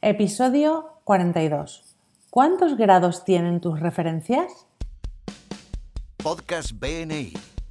Episodio 42. ¿Cuántos grados tienen tus referencias? Podcast BNI.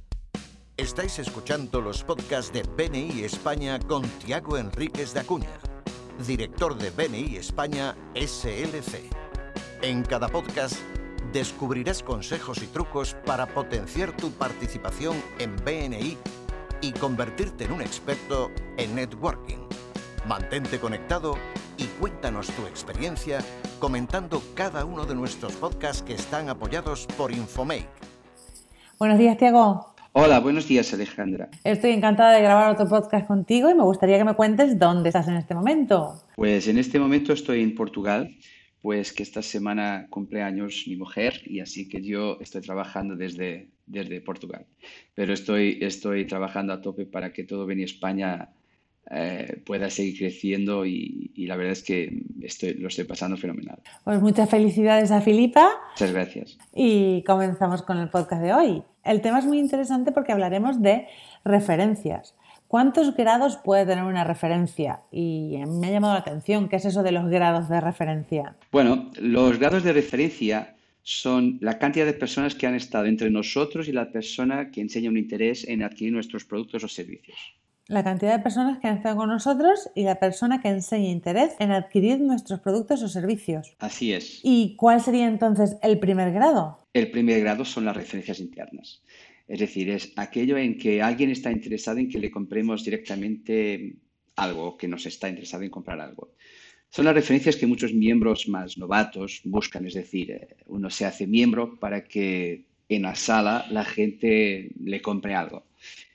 Estáis escuchando los podcasts de BNI España con Tiago Enríquez de Acuña, director de BNI España SLC. En cada podcast descubrirás consejos y trucos para potenciar tu participación en BNI y convertirte en un experto en networking. Mantente conectado y cuéntanos tu experiencia comentando cada uno de nuestros podcasts que están apoyados por Infomake. Buenos días, Tiago. Hola, buenos días, Alejandra. Estoy encantada de grabar otro podcast contigo y me gustaría que me cuentes dónde estás en este momento. Pues en este momento estoy en Portugal, pues que esta semana cumple años mi mujer y así que yo estoy trabajando desde Portugal. Pero estoy trabajando a tope para que todo BNI España pueda seguir creciendo y la verdad es que lo estoy pasando fenomenal. Pues muchas felicidades a Filipa. Muchas gracias. Y comenzamos con el podcast de hoy. El tema es muy interesante porque hablaremos de referencias. ¿Cuántos grados puede tener una referencia? Y me ha llamado la atención, ¿qué es eso de los grados de referencia? Bueno, los grados de referencia son la cantidad de personas que han estado entre nosotros y la persona que enseña un interés en adquirir nuestros productos o servicios. La cantidad de personas que han estado con nosotros y la persona que enseña interés en adquirir nuestros productos o servicios. Así es. ¿Y cuál sería entonces el primer grado? El primer grado son las referencias internas. Es decir, es aquello en que alguien está interesado en que le compremos directamente algo, que nos está interesado en comprar algo. Son las referencias que muchos miembros más novatos buscan, es decir, uno se hace miembro para que en la sala la gente le compre algo.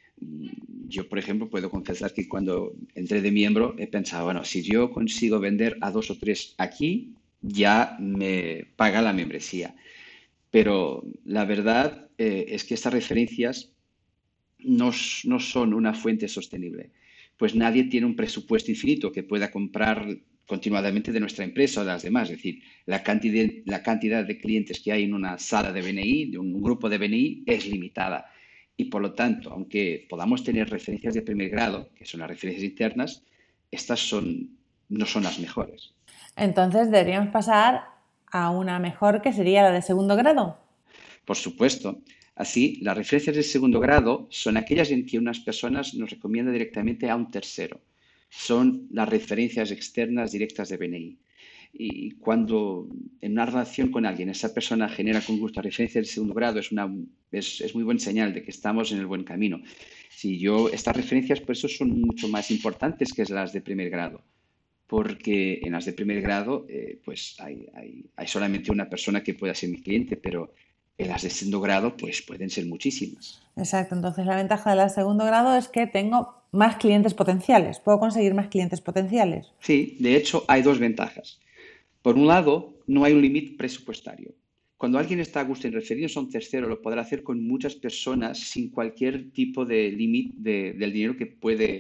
Yo, por ejemplo, puedo confesar que cuando entré de miembro he pensado, bueno, si yo consigo vender a 2 o 3 aquí, ya me paga la membresía. Pero la verdad es que estas referencias no son una fuente sostenible, pues nadie tiene un presupuesto infinito que pueda comprar continuadamente de nuestra empresa o de las demás. Es decir, la cantidad de clientes que hay en una sala de BNI, de un grupo de BNI, es limitada. Y por lo tanto, aunque podamos tener referencias de primer grado, que son las referencias internas, estas no son las mejores. Entonces deberíamos pasar a una mejor que sería la de segundo grado. Por supuesto. Así, las referencias de segundo grado son aquellas en que unas personas nos recomiendan directamente a un tercero. Son las referencias externas directas de BNI. Y cuando en una relación con alguien esa persona genera con gusto referencias de segundo grado, es muy buena señal de que estamos en el buen camino. Estas referencias por eso son mucho más importantes que las de primer grado, porque en las de primer grado pues hay solamente una persona que pueda ser mi cliente, pero en las de segundo grado pues pueden ser muchísimas. Exacto, entonces la ventaja de la de segundo grado es que tengo más clientes potenciales, puedo conseguir más clientes potenciales. Sí, de hecho hay dos ventajas. Por un lado, no hay un límite presupuestario. Cuando alguien está a gusto en referirnos a un tercero, lo podrá hacer con muchas personas sin cualquier tipo de límite del dinero que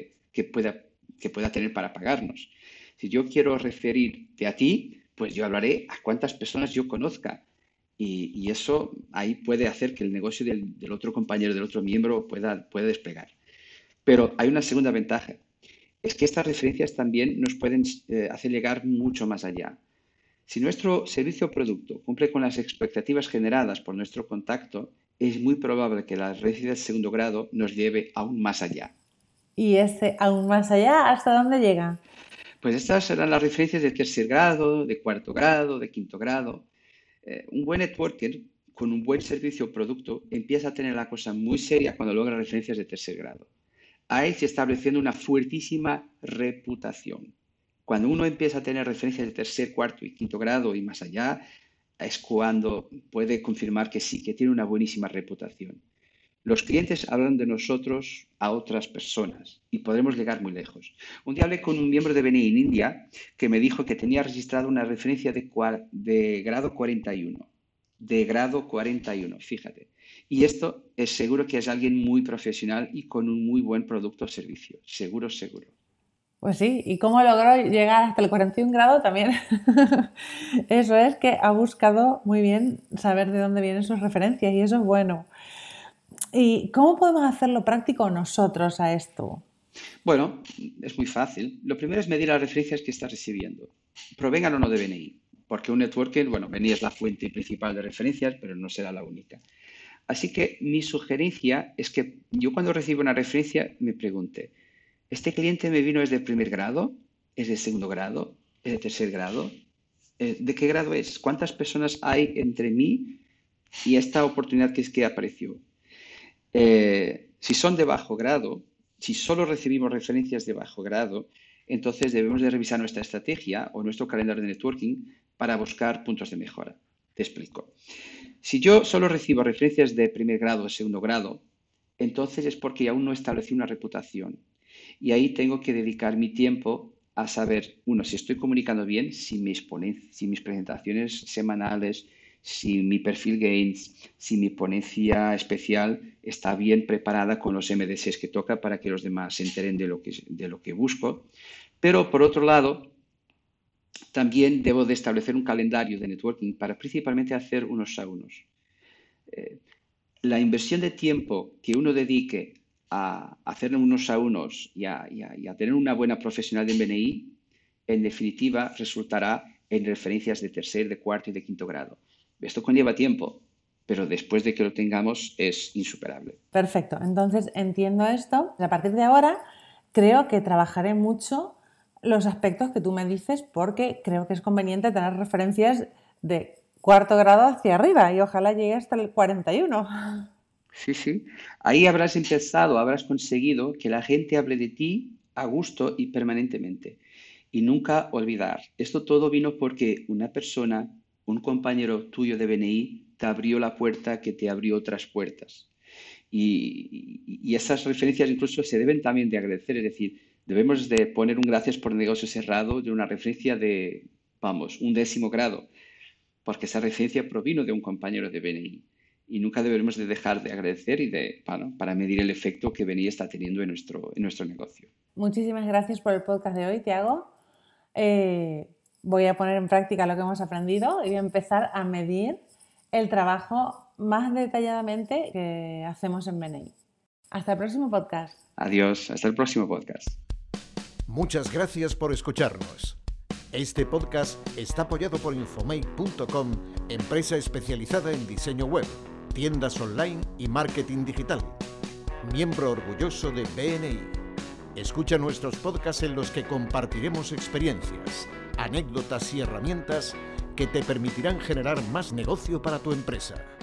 pueda tener para pagarnos. Si yo quiero referirte a ti, pues yo hablaré a cuántas personas yo conozca. Y eso ahí puede hacer que el negocio del otro compañero, del otro miembro pueda despegar. Pero hay una segunda ventaja. Es que estas referencias también nos pueden hacer llegar mucho más allá. Si nuestro servicio o producto cumple con las expectativas generadas por nuestro contacto, es muy probable que la referencia de segundo grado nos lleve aún más allá. ¿Y ese aún más allá hasta dónde llega? Pues estas serán las referencias de tercer grado, de cuarto grado, de quinto grado. Un buen networker con un buen servicio o producto empieza a tener la cosa muy seria cuando logra referencias de tercer grado. Ahí se estableciendo una fuertísima reputación. Cuando uno empieza a tener referencias de tercer, cuarto y quinto grado y más allá, es cuando puede confirmar que sí, que tiene una buenísima reputación. Los clientes hablan de nosotros a otras personas y podremos llegar muy lejos. Un día hablé con un miembro de BNI en India que me dijo que tenía registrado una referencia de grado 41. De grado 41, fíjate. Y esto es seguro que es alguien muy profesional y con un muy buen producto o servicio. Seguro, seguro. Pues sí, ¿y cómo logró llegar hasta el 41 grado también? Eso es que ha buscado muy bien saber de dónde vienen sus referencias y eso es bueno. ¿Y cómo podemos hacerlo práctico nosotros a esto? Bueno, es muy fácil. Lo primero es medir las referencias que estás recibiendo, provengan o no de BNI, porque un networker, bueno, BNI es la fuente principal de referencias, pero no será la única. Así que mi sugerencia es que yo cuando recibo una referencia me pregunte, ¿este cliente me vino desde primer grado? ¿Es de segundo grado? ¿Es de tercer grado? ¿De qué grado es? ¿Cuántas personas hay entre mí y esta oportunidad que apareció? Si son de bajo grado, si solo recibimos referencias de bajo grado, entonces debemos de revisar nuestra estrategia o nuestro calendario de networking para buscar puntos de mejora. Te explico. Si yo solo recibo referencias de primer grado o segundo grado, entonces es porque aún no establecí una reputación. Y ahí tengo que dedicar mi tiempo a saber, uno, si estoy comunicando bien, si mis presentaciones semanales, si mi perfil Gains, si mi ponencia especial está bien preparada con los MDCs que toca para que los demás se enteren de lo que busco. Pero por otro lado, también debo de establecer un calendario de networking para principalmente hacer unos a unos. La inversión de tiempo que uno dedique a hacer unos a unos y a tener una buena profesional de BNI, en definitiva resultará en referencias de tercer, de cuarto y de quinto grado. Esto conlleva tiempo, pero después de que lo tengamos es insuperable. Perfecto, entonces entiendo esto. A partir de ahora creo que trabajaré mucho los aspectos que tú me dices porque creo que es conveniente tener referencias de cuarto grado hacia arriba y ojalá llegue hasta el 41. Sí, sí. Ahí habrás conseguido que la gente hable de ti a gusto y permanentemente. Y nunca olvidar, esto todo vino porque una persona, un compañero tuyo de BNI, te abrió la puerta que te abrió otras puertas. Y esas referencias incluso se deben también de agradecer, es decir, debemos de poner un gracias por negocio cerrado de una referencia de, vamos, un 10º grado, porque esa referencia provino de un compañero de BNI. Y nunca debemos de dejar de agradecer y para medir el efecto que BNI está teniendo en nuestro negocio. Muchísimas gracias por el podcast de hoy, Tiago. Voy a poner en práctica lo que hemos aprendido y voy a empezar a medir el trabajo más detalladamente que hacemos en BNI. Hasta el próximo podcast. Adiós, hasta el próximo podcast. Muchas gracias por escucharnos. Este podcast está apoyado por Infomake.com, empresa especializada en diseño web, tiendas online y marketing digital. Miembro orgulloso de BNI. Escucha nuestros podcasts en los que compartiremos experiencias, anécdotas y herramientas que te permitirán generar más negocio para tu empresa.